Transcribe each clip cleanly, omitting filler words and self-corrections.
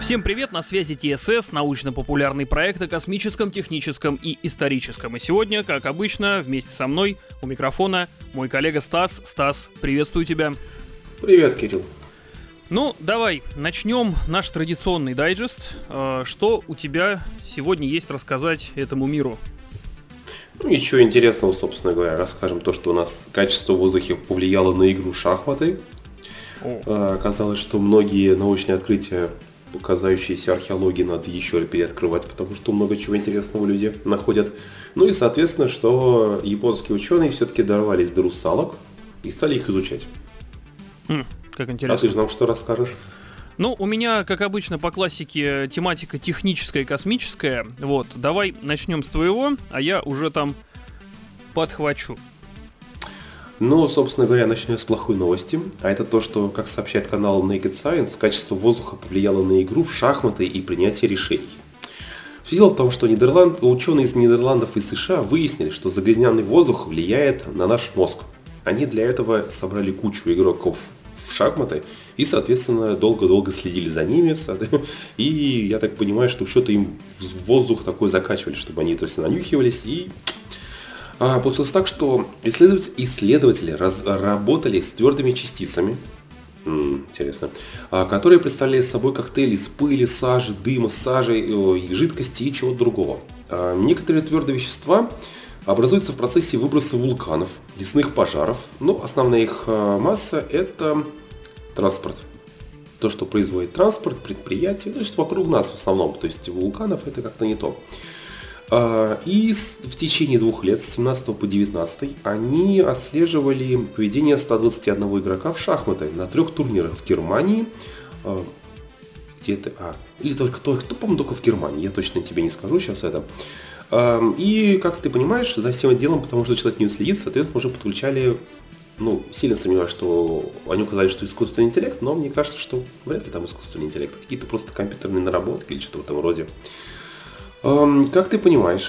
Всем привет, на связи ТСС, научно-популярный проект о космическом, техническом и историческом. И сегодня, как обычно, вместе со мной у микрофона мой коллега Стас. Стас, приветствую тебя. Привет, Кирилл. Ну, давай, начнем наш традиционный дайджест. Что у тебя сегодня есть рассказать этому миру? Ну, ничего интересного, собственно говоря. Расскажем то, что у нас качество в воздухе повлияло на игру в шахматы. Оказалось, что многие научные открытия, касающиеся археологии, надо еще переоткрывать, потому что много чего интересного люди находят. Ну и, соответственно, что японские ученые все-таки дорвались до русалок и стали их изучать. Как интересно. А ты же нам что расскажешь? Ну, у меня, как обычно, по классике тематика техническая и космическая. Вот, давай начнем с твоего, а я уже там подхвачу. Ну, собственно говоря, начнем с плохой новости. А это то, что, как сообщает канал Naked Science, качество воздуха повлияло на игру в шахматы и принятие решений. Все дело в том, что ученые из Нидерландов и США выяснили, что загрязненный воздух влияет на наш мозг. Они для этого собрали кучу игроков в шахматы и, соответственно, долго-долго следили за ними. И я так понимаю, что что-то им в воздух такой закачивали, чтобы они то есть нанюхивались. И получилось так, что исследователи работали с твердыми частицами, интересно, которые представляли собой коктейли из пыли, сажи, дыма, жидкости и чего-то другого. Некоторые твердые вещества образуются в процессе выброса вулканов, лесных пожаров, но основная их масса – это транспорт. То, что производит транспорт, предприятия, то есть вокруг нас в основном, то есть вулканов это как-то не то. И в течение 2 лет, с 17 по 19, они отслеживали поведение 121 игрока в шахматы на 3 турнирах в Германии, или по-моему, только в Германии, я точно тебе не скажу сейчас это. И, как ты понимаешь, за всем этим делом, потому что человек не следит, соответственно, уже подключали, сильно сомневаюсь, что они указали, что искусственный интеллект, но мне кажется, что вряд ли там искусственный интеллект, какие-то просто компьютерные наработки или что-то в этом роде. Как ты понимаешь,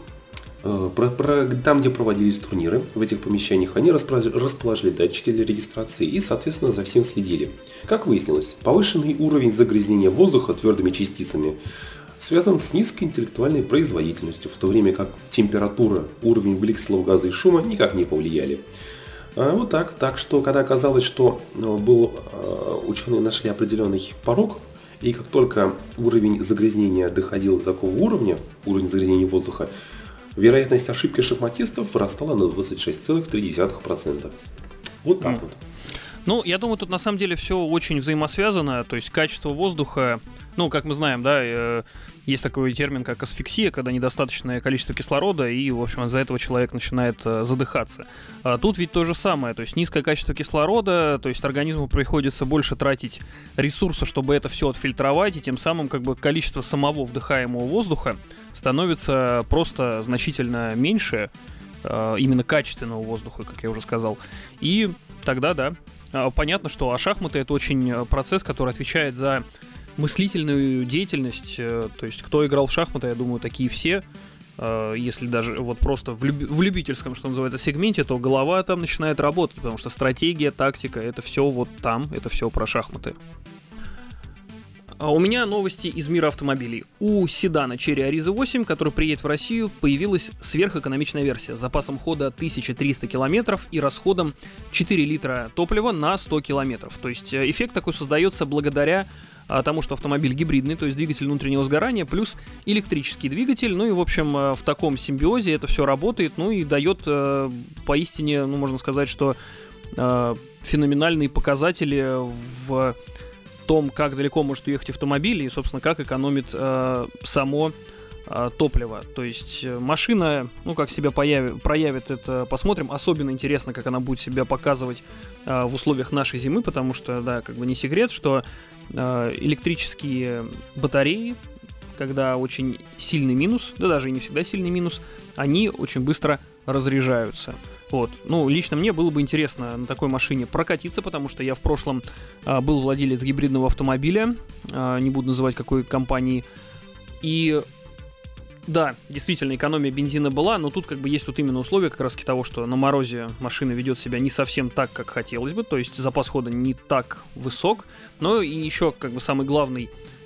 там, где проводились турниры, в этих помещениях, они расположили датчики для регистрации и, соответственно, за всем следили. Как выяснилось, повышенный уровень загрязнения воздуха твердыми частицами связан с низкой интеллектуальной производительностью, в то время как температура, уровень углекислого газа и шума никак не повлияли. Вот так. Так что, когда оказалось, что ученые нашли определенный порог, и как только уровень загрязнения доходил до такого уровень загрязнения воздуха, вероятность ошибки шахматистов вырастала на 26,3%. Вот так вот. Ну, я думаю, тут на самом деле все очень взаимосвязано. То есть качество воздуха, как мы знаем, да, есть такой термин, как асфиксия, когда недостаточное количество кислорода, и, в общем, из-за этого человек начинает задыхаться. А тут ведь то же самое, то есть низкое качество кислорода, то есть организму приходится больше тратить ресурса, чтобы это все отфильтровать, и тем самым количество самого вдыхаемого воздуха становится просто значительно меньше, именно качественного воздуха, как я уже сказал. И тогда, да, понятно, что шахматы — это очень процесс, который отвечает за мыслительную деятельность. То есть, кто играл в шахматы, я думаю, такие все. Если даже вот просто в любительском, что называется, сегменте, то голова там начинает работать, потому что стратегия, тактика — это все вот там, это все про шахматы. У меня новости из мира автомобилей. У седана Chery Ariza 8, который приедет в Россию, появилась сверхэкономичная версия с запасом хода 1300 км и расходом 4 литра топлива на 100 км. То есть эффект такой создается благодаря тому, что автомобиль гибридный, то есть двигатель внутреннего сгорания плюс электрический двигатель. Ну и, в общем, в таком симбиозе это все работает, и дает поистине, можно сказать, что феноменальные показатели в том, как далеко может уехать автомобиль и, собственно, как экономит само топливо. То есть машина, как себя проявит, это посмотрим. Особенно интересно, как она будет себя показывать в условиях нашей зимы, потому что, да, не секрет, что электрические батареи, когда очень сильный минус, да даже и не всегда сильный минус, они очень быстро разряжаются. Вот. Лично мне было бы интересно на такой машине прокатиться, потому что я в прошлом был владелец гибридного автомобиля, не буду называть какой компании, и да, действительно, экономия бензина была, но тут есть именно условие как раз того, что на морозе машина ведет себя не совсем так, как хотелось бы, то есть запас хода не так высок, но и еще самый главный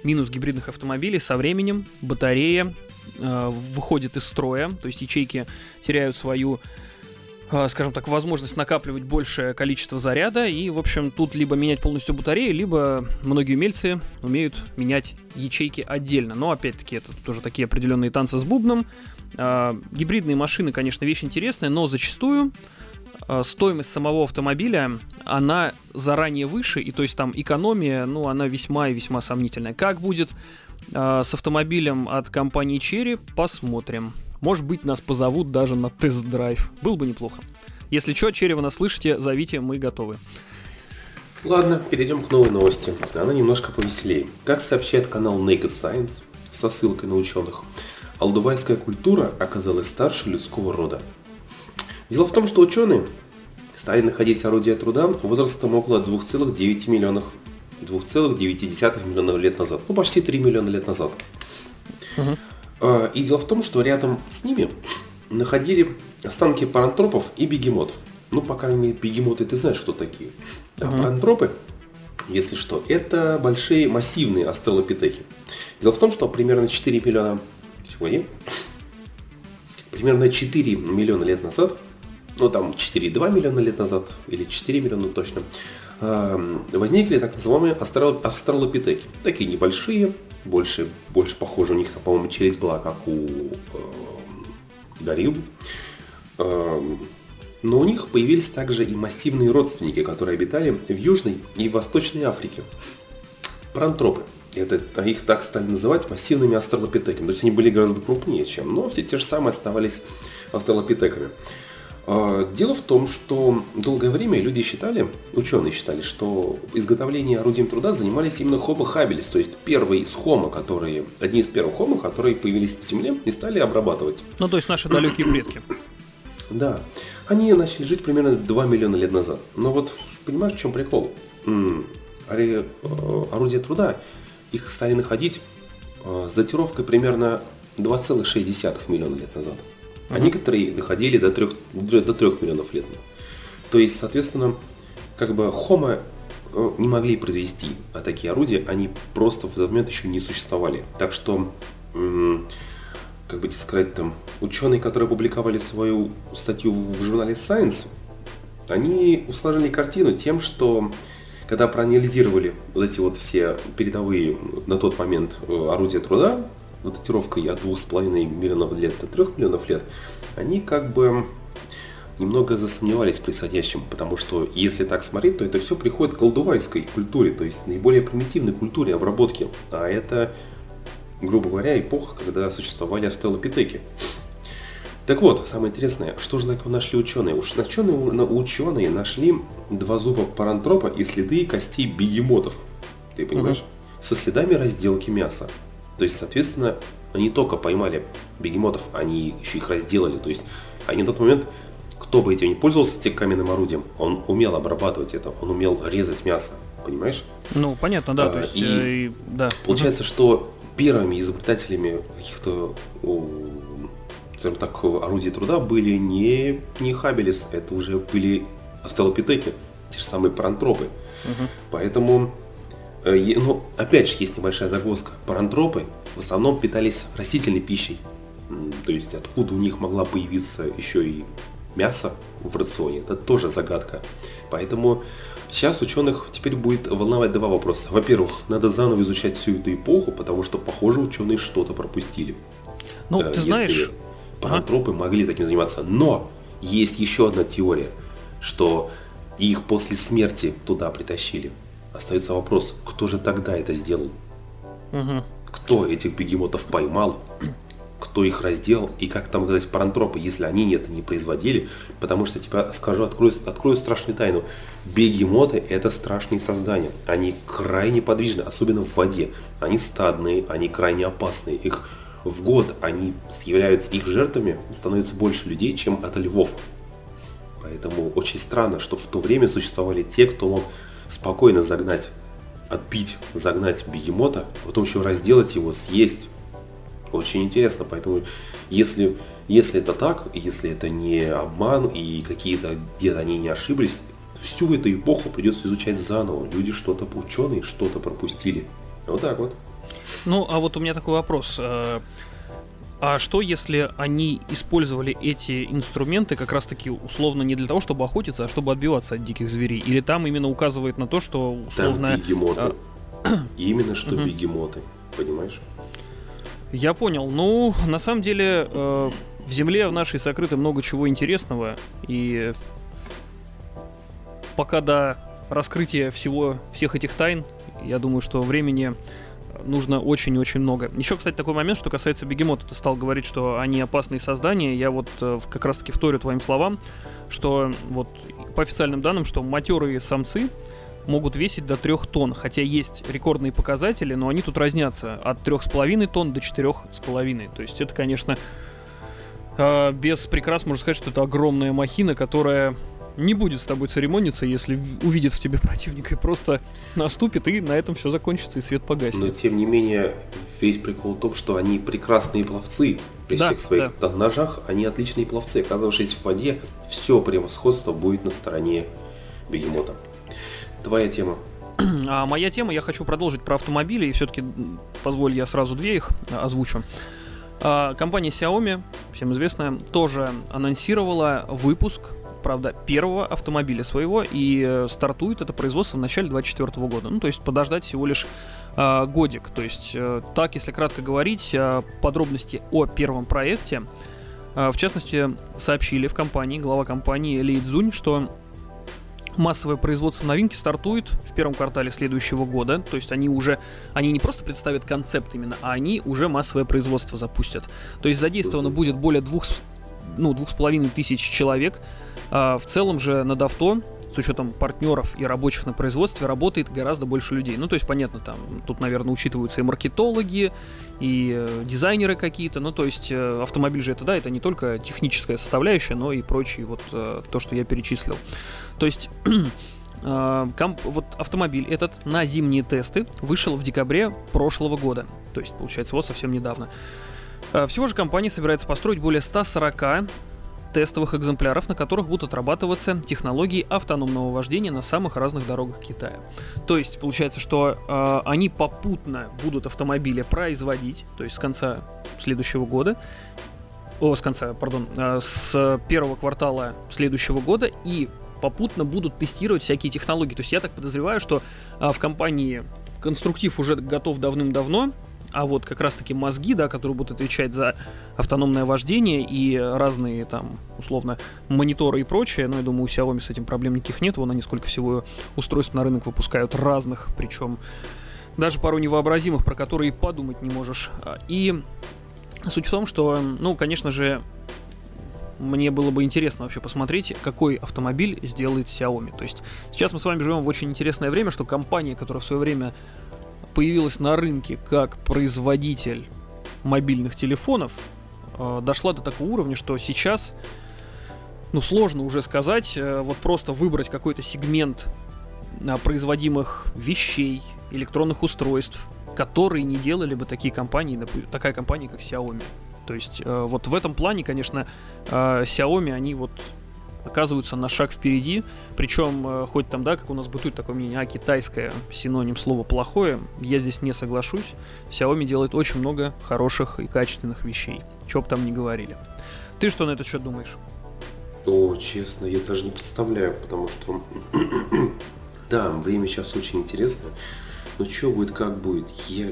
Минус гибридных автомобилей: со временем батарея выходит из строя, то есть ячейки теряют свою, скажем так, возможность накапливать большее количество заряда, и, в общем, тут либо менять полностью батарею, либо многие умельцы умеют менять ячейки отдельно. Но, опять-таки, это тоже такие определенные танцы с бубном. Гибридные машины, конечно, вещь интересная, но зачастую стоимость самого автомобиля, она заранее выше, и то есть там экономия, ну, она весьма и весьма сомнительная. Как будет с автомобилем от компании Chery, посмотрим. Может быть, нас позовут даже на тест-драйв. Было бы неплохо. Если что, Chery, вы нас слышите, зовите, мы готовы. Ладно, перейдем к новой новости. Она немножко повеселее. Как сообщает канал Naked Science со ссылкой на ученых, алдувайская культура оказалась старше людского рода. Дело в том, что ученые стали находить орудия труда возрастом около 2,9 миллионов лет назад. Ну, почти 3 миллиона лет назад. И дело в том, что рядом с ними находили останки парантропов и бегемотов. Ну, по крайней мере, бегемоты ты знаешь, кто такие. А парантропы, если что, это большие массивные австралопитеки. Дело в том, что примерно 4 миллиона лет назад, ну там 4,2 миллиона лет назад, или 4 миллиона точно, возникли так называемые австралопитеки. Такие небольшие, больше похоже, у них, по-моему, челюсть была как у горилл. Но у них появились также и массивные родственники, которые обитали в Южной и Восточной Африке. Парантропы. Их так стали называть массивными австралопитеками. То есть они были гораздо крупнее, но все те же самые оставались австралопитеками. Дело в том, что долгое время ученые считали, что изготовлением орудием труда занимались именно Homo habilis, то есть одни из первых Homo, которые появились на Земле и стали обрабатывать. Ну, то есть наши далекие предки. Да, они начали жить примерно 2 миллиона лет назад. Но вот понимаешь, в чем прикол? Орудия труда, их стали находить с датировкой примерно 2,6 миллиона лет назад. А некоторые доходили до 3 миллионов лет. То есть, соответственно, Homo не могли произвести такие орудия, они просто в этот момент еще не существовали. Так что, ученые, которые опубликовали свою статью в журнале Science, они усложнили картину тем, что когда проанализировали вот эти вот все передовые на тот момент орудия труда, датировкой от 2,5 миллионов лет до 3 миллионов лет, они немного засомневались в происходящем, потому что если так смотреть, то это все приходит к алдувайской культуре, то есть наиболее примитивной культуре обработки. А это, грубо говоря, эпоха, когда существовали австралопитеки. Так вот, самое интересное, что же такое нашли ученые? Ученые нашли 2 зуба парантропа и следы костей бегемотов. Ты понимаешь? Со следами разделки мяса. То есть, соответственно, они не только поймали бегемотов, они еще их разделали. То есть, они на тот момент, кто бы этим не пользовался, тем каменным орудием, он умел обрабатывать это, он умел резать мясо. Понимаешь? Ну, понятно, да. То есть, да. Получается, что первыми изобретателями каких-то, скажем так, орудий труда были не хабилис, это уже были австралопитеки, те же самые парантропы. Поэтому, опять же, есть небольшая загвоздка. Парантропы в основном питались растительной пищей. То есть, откуда у них могла появиться еще и мясо в рационе, это тоже загадка. Поэтому сейчас ученых теперь будет волновать 2 вопроса. Во-первых, надо заново изучать всю эту эпоху, потому что, похоже, ученые что-то пропустили. Ну, ты знаешь, парантропы могли таким заниматься. Но есть еще одна теория, что их после смерти туда притащили. Остается вопрос, кто же тогда это сделал? Кто этих бегемотов поймал? Кто их разделал? И как там сказать, парантропы, если они это не производили? Потому что открою страшную тайну. Бегемоты – это страшные создания. Они крайне подвижны, особенно в воде. Они стадные, они крайне опасные. Их в год их жертвами становится больше людей, чем от львов. Поэтому очень странно, что в то время существовали те, кто мог спокойно загнать бегемота, потом еще разделать его, съесть. Очень интересно, поэтому если это так, если это не обман и где-то они не ошиблись, всю эту эпоху придется изучать заново. Ученые что-то пропустили. Вот так вот. Ну, а вот у меня такой вопрос. А что, если они использовали эти инструменты как раз-таки условно не для того, чтобы охотиться, а чтобы отбиваться от диких зверей? Или там именно указывает на то, что условно... Там бегемоты. Именно что бегемоты, понимаешь? Я понял. Ну, на самом деле, в земле в нашей сокрыто много чего интересного. И пока до раскрытия всех этих тайн, я думаю, что времени... нужно очень-очень много. Еще, кстати, такой момент, что касается бегемота. Ты стал говорить, что они опасные создания. Я вот как раз-таки вторю твоим словам, что вот по официальным данным, что матерые самцы могут весить до 3 тонн. Хотя есть рекордные показатели, но они тут разнятся от 3,5 тонн до 4,5. То есть это, конечно, без прикрас можно сказать, что это огромная махина, которая... не будет с тобой церемониться, если увидит в тебе противника и просто наступит, и на этом все закончится, и свет погаснет. Но, тем не менее, весь прикол в том, что они прекрасные пловцы. При всех своих ножах они отличные пловцы. Оказавшись в воде, все превосходство будет на стороне бегемота. Твоя тема. А моя тема, я хочу продолжить про автомобили, и все-таки, позволь, я сразу две их озвучу. Компания Xiaomi, всем известная, тоже анонсировала выпуск, правда, первого автомобиля своего, и стартует это производство в начале 2024 года. Ну, то есть подождать всего лишь годик. То есть, так, если кратко говорить, подробности о первом проекте, в частности, сообщили в компании, глава компании Ли Цзунь, что массовое производство новинки стартует в первом квартале следующего года. То есть они не просто представят концепт именно, а они уже массовое производство запустят. То есть задействовано будет более 2500 человек. В целом же над авто, с учетом партнеров и рабочих на производстве, работает гораздо больше людей. Ну, то есть, понятно, там, тут, наверное, учитываются и маркетологи, и дизайнеры какие-то. Ну, то есть, автомобиль же это, да, это не только техническая составляющая, но и прочие, вот, то, что я перечислил. То есть, вот автомобиль этот на зимние тесты вышел в декабре прошлого года. То есть, получается, вот совсем недавно. Всего же компания собирается построить более 140 тестовых экземпляров, на которых будут отрабатываться технологии автономного вождения на самых разных дорогах Китая. То есть, получается, что они попутно будут автомобили производить, то есть с конца следующего года, с первого квартала следующего года, и попутно будут тестировать всякие технологии. То есть я так подозреваю, что в компании конструктив уже готов давным-давно, а вот как раз-таки мозги, да, которые будут отвечать за автономное вождение и разные там, условно, мониторы и прочее, но я думаю, у Xiaomi с этим проблем никаких нет, вон они сколько всего устройств на рынок выпускают разных, причем даже порой невообразимых, про которые и подумать не можешь. И суть в том, что, ну, конечно же, мне было бы интересно вообще посмотреть, какой автомобиль сделает Xiaomi. То есть сейчас мы с вами живем в очень интересное время, что компания, которая в свое время появилась на рынке как производитель мобильных телефонов, дошла до такого уровня, что сейчас, ну, сложно уже сказать, вот просто выбрать какой-то сегмент производимых вещей, электронных устройств, которые не делали бы такая компания, как Xiaomi. То есть вот в этом плане, конечно, Xiaomi, они вот оказываются на шаг впереди, причем, хоть там, да, как у нас бытует такое мнение, китайское, синоним слова плохое, я здесь не соглашусь. Xiaomi делает очень много хороших и качественных вещей, что бы там ни говорили. Ты что на этот счет думаешь? О, честно, я даже не представляю, потому что, да, время сейчас очень интересно, но что будет, как будет,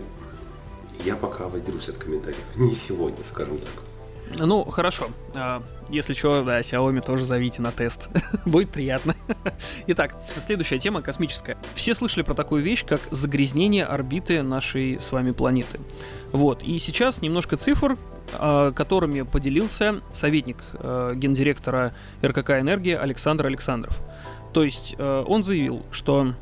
я пока воздержусь от комментариев, не сегодня, скажем так. Ну, хорошо. Если что, да, Xiaomi тоже зовите на тест. Будет приятно. Итак, следующая тема космическая. Все слышали про такую вещь, как загрязнение орбиты нашей с вами планеты. Вот, и сейчас немножко цифр, которыми поделился советник гендиректора РКК «Энергия» Александр Александров. То есть он заявил, что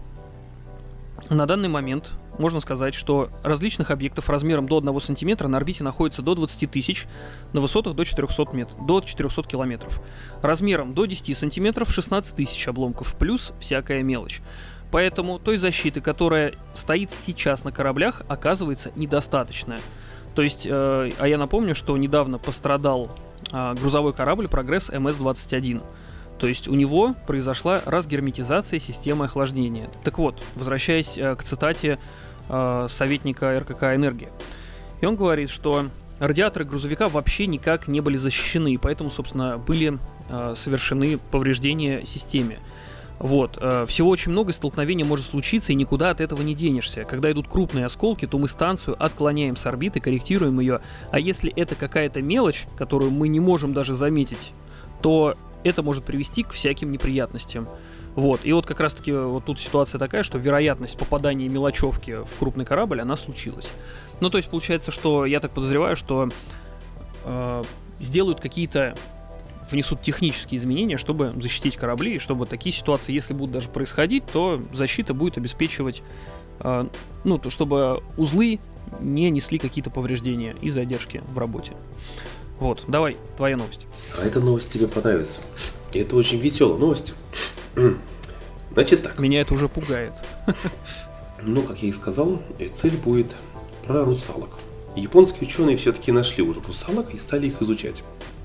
на данный момент можно сказать, что различных объектов размером до 1 сантиметра на орбите находится до 20 тысяч, на высотах до 400 километров. Размером до 10 сантиметров 16 тысяч обломков, плюс всякая мелочь. Поэтому той защиты, которая стоит сейчас на кораблях, оказывается недостаточно. То есть, а я напомню, что недавно пострадал грузовой корабль «Прогресс МС-21». То есть у него произошла разгерметизация системы охлаждения. Так вот, возвращаясь к цитате советника РКК «Энергия». И он говорит, что радиаторы грузовика вообще никак не были защищены, и поэтому, собственно, были совершены повреждения системе. Вот. Всего очень много, столкновений может случиться, и никуда от этого не денешься. Когда идут крупные осколки, то мы станцию отклоняем с орбиты, корректируем ее, а если это какая-то мелочь, которую мы не можем даже заметить, то это может привести к всяким неприятностям. Вот. И вот как раз-таки вот тут ситуация такая, что вероятность попадания мелочевки в крупный корабль, она случилась. Ну, то есть получается, что я так подозреваю, что сделают какие-то, внесут технические изменения, чтобы защитить корабли, и чтобы такие ситуации, если будут даже происходить, то защита будет обеспечивать, ну, то чтобы узлы не несли какие-то повреждения и задержки в работе. Вот, давай, твоя новость. А эта новость тебе понравится. И это очень веселая новость. Значит так. Меня это уже пугает. Ну, как я и сказал, цель будет про русалок. Японские ученые все-таки нашли уже русалок и стали их изучать.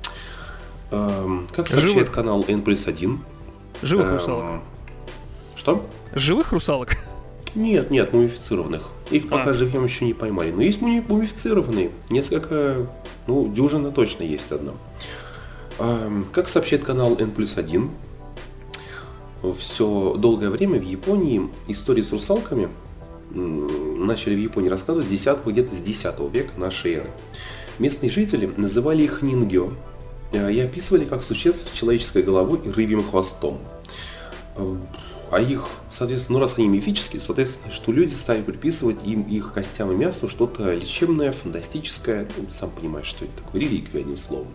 Как сообщает канал N+1. Живых русалок. Что? Живых русалок? Нет, мумифицированных. Их пока живьем еще не поймали. Но есть мумифицированные. Несколько, дюжина точно есть одна. Как сообщает канал N+1, все долгое время в Японии истории с русалками начали в Японии рассказывать где-то с 10 века нашей эры. Местные жители называли их нингё и описывали как существ с человеческой головой и рыбьим хвостом. А их, соответственно, раз они мифические, соответственно, что люди стали приписывать им, их костям и мясу что-то лечебное, фантастическое. Сам понимаешь, что это такое, реликвия, одним словом.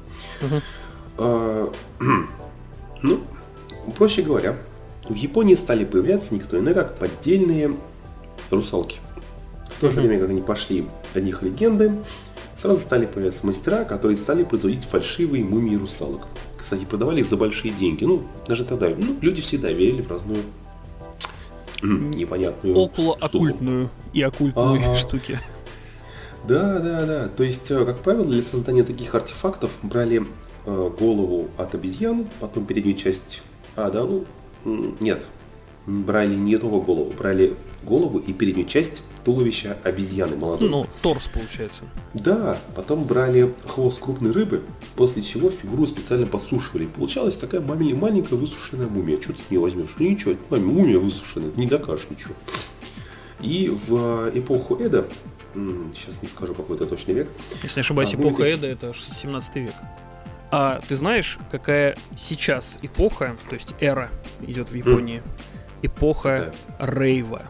Проще говоря, в Японии стали появляться никто иной, как поддельные русалки. В то же время, как они пошли от них легенды, сразу стали появляться мастера, которые стали производить фальшивые мумии русалок. Кстати, продавали их за большие деньги. Даже тогда люди всегда верили в разную непонятную около-оккультную и оккультную штуки. Да. То есть, как правило, для создания таких артефактов брали голову от обезьян, потом переднюю часть... брали не только голову, брали голову и переднюю часть туловища обезьяны молодой. Торс получается. Да, потом брали хвост крупной рыбы, после чего фигуру специально подсушивали. Получалась такая маленькая высушенная мумия. Что ты с нее возьмешь? Ничего, мумия высушенная, не докажешь ничего. И в эпоху Эдо, сейчас не скажу какой-то точный век. Если не ошибаюсь, эпоха Эдо это 17 век. А ты знаешь, какая сейчас эпоха, то есть эра идет в Японии? Эпоха рейва.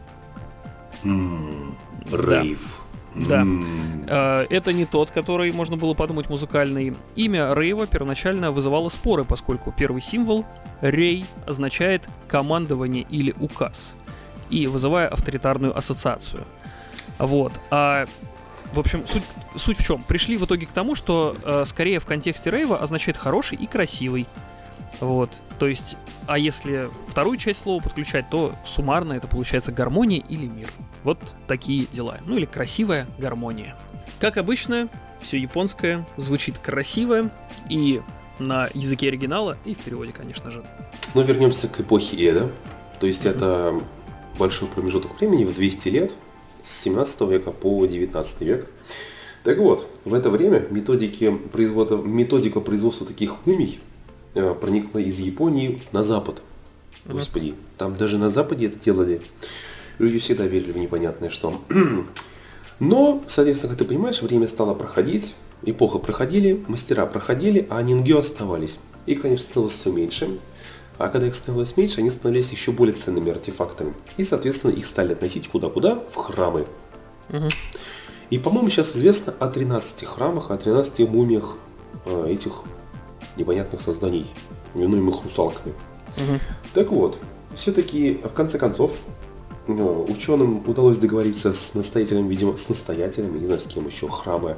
Рейв. Да. Это не тот, который, можно было подумать, музыкальный. Имя рейва первоначально вызывало споры, поскольку первый символ рей означает командование или указ, и вызывая авторитарную ассоциацию. Вот. В общем, суть в чем? Пришли в итоге к тому, что скорее в контексте рейва означает хороший и красивый. Вот. То есть, а если вторую часть слова подключать, то суммарно это получается гармония или мир. Вот такие дела. Или красивая гармония. Как обычно, все японское звучит красиво и на языке оригинала, и в переводе, конечно же. Вернемся к эпохе Эдо. То есть это большой промежуток времени в 200 лет. С 17 века по 19 век. Так вот, в это время методика производства таких мумий проникла из Японии на Запад. Господи, там даже на Западе это делали. Люди всегда верили в непонятное что. Но, соответственно, как ты понимаешь, время стало проходить, эпоха проходили, мастера проходили, а нингё оставались. И, конечно, становилось все меньше. А когда их становилось меньше, они становились еще более ценными артефактами. И, соответственно, их стали относить куда-куда? В храмы. И, по-моему, сейчас известно о 13 храмах, о 13 мумиях этих непонятных созданий, именуемых русалками. Так вот, все-таки, в конце концов, ученым удалось договориться с настоятелем, видимо, с настоятелем, не знаю, с кем еще, храма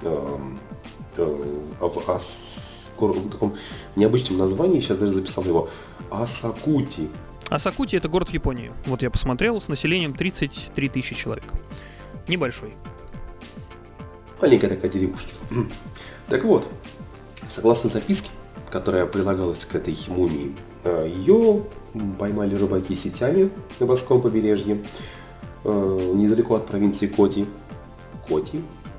в таком необычном названии, сейчас даже записал его, Асакути. Асакути — это город в Японии. Вот я посмотрел, с населением 33 тысячи человек. Небольшой. Маленькая такая деревушка. Так вот, согласно записке, которая прилагалась к этой мумии, ее поймали рыбаки сетями на морском побережье. недалеко от провинции Коти. Коти.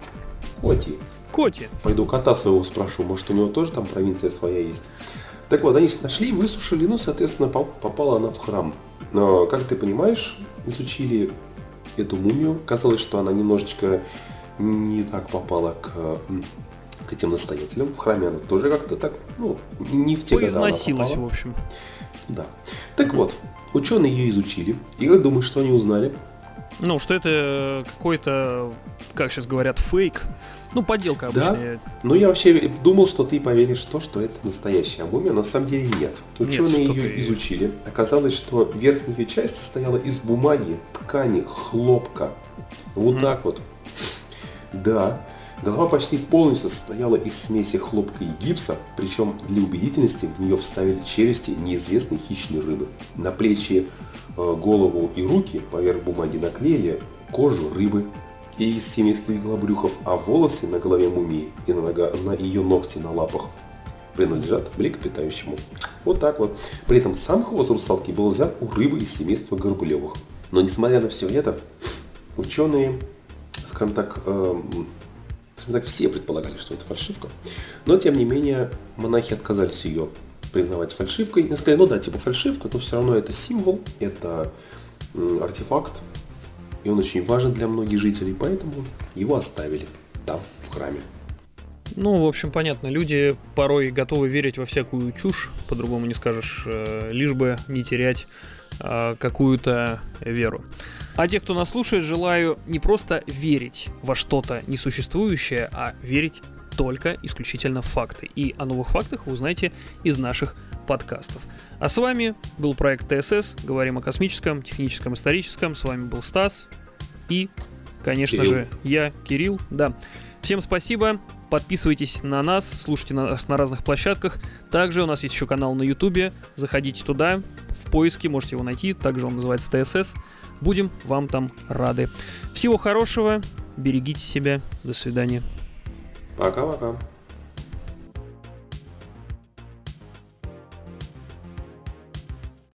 Пойду кота своего спрошу, может у него тоже там провинция своя есть. Так вот, они нашли, высушили, соответственно, попала она в храм. Но, как ты понимаешь, изучили эту мумию. Казалось, что она немножечко не так попала к этим настоятелям. В храме она тоже как-то так, не в те годы она попала. В общем. Да. Так вот, ученые ее изучили. И как думаешь, что они узнали? Что это какой-то, как сейчас говорят, фейк. Подделка обычная. Да, я вообще думал, что ты поверишь в то, что это настоящая мумия, но на самом деле нет. Ученые ее изучили. Оказалось, что верхняя ее часть состояла из бумаги, ткани, хлопка. Вот так вот. Да. Голова почти полностью состояла из смеси хлопка и гипса, причем для убедительности в нее вставили челюсти неизвестной хищной рыбы. На плечи, голову и руки поверх бумаги наклеили кожу рыбы и из семейства иглобрюхов, а волосы на голове мумии и на ее ногти на лапах принадлежат млекопитающему. Вот так вот. При этом сам хвост русалки был взят у рыбы из семейства горбулевых. Но несмотря на все это, ученые, скажем так, все предполагали, что это фальшивка. Но, тем не менее, монахи отказались ее признавать фальшивкой. И сказали, фальшивка, но все равно это символ, это артефакт. И он очень важен для многих жителей, поэтому его оставили там, в храме. В общем, понятно. Люди порой готовы верить во всякую чушь, по-другому не скажешь, лишь бы не терять какую-то веру. А те, кто нас слушает, желаю не просто верить во что-то несуществующее, а верить только исключительно в факты. И о новых фактах вы узнаете из наших подкастов. А с вами был проект ТСС. Говорим о космическом, техническом, историческом. С вами был Стас и, конечно же, я, Кирилл. Да. Всем спасибо. Подписывайтесь на нас, слушайте нас на разных площадках. Также у нас есть еще канал на Ютубе. Заходите туда, в поиске, можете его найти. Также он называется ТСС. Будем вам там рады. Всего хорошего. Берегите себя. До свидания. Пока-пока.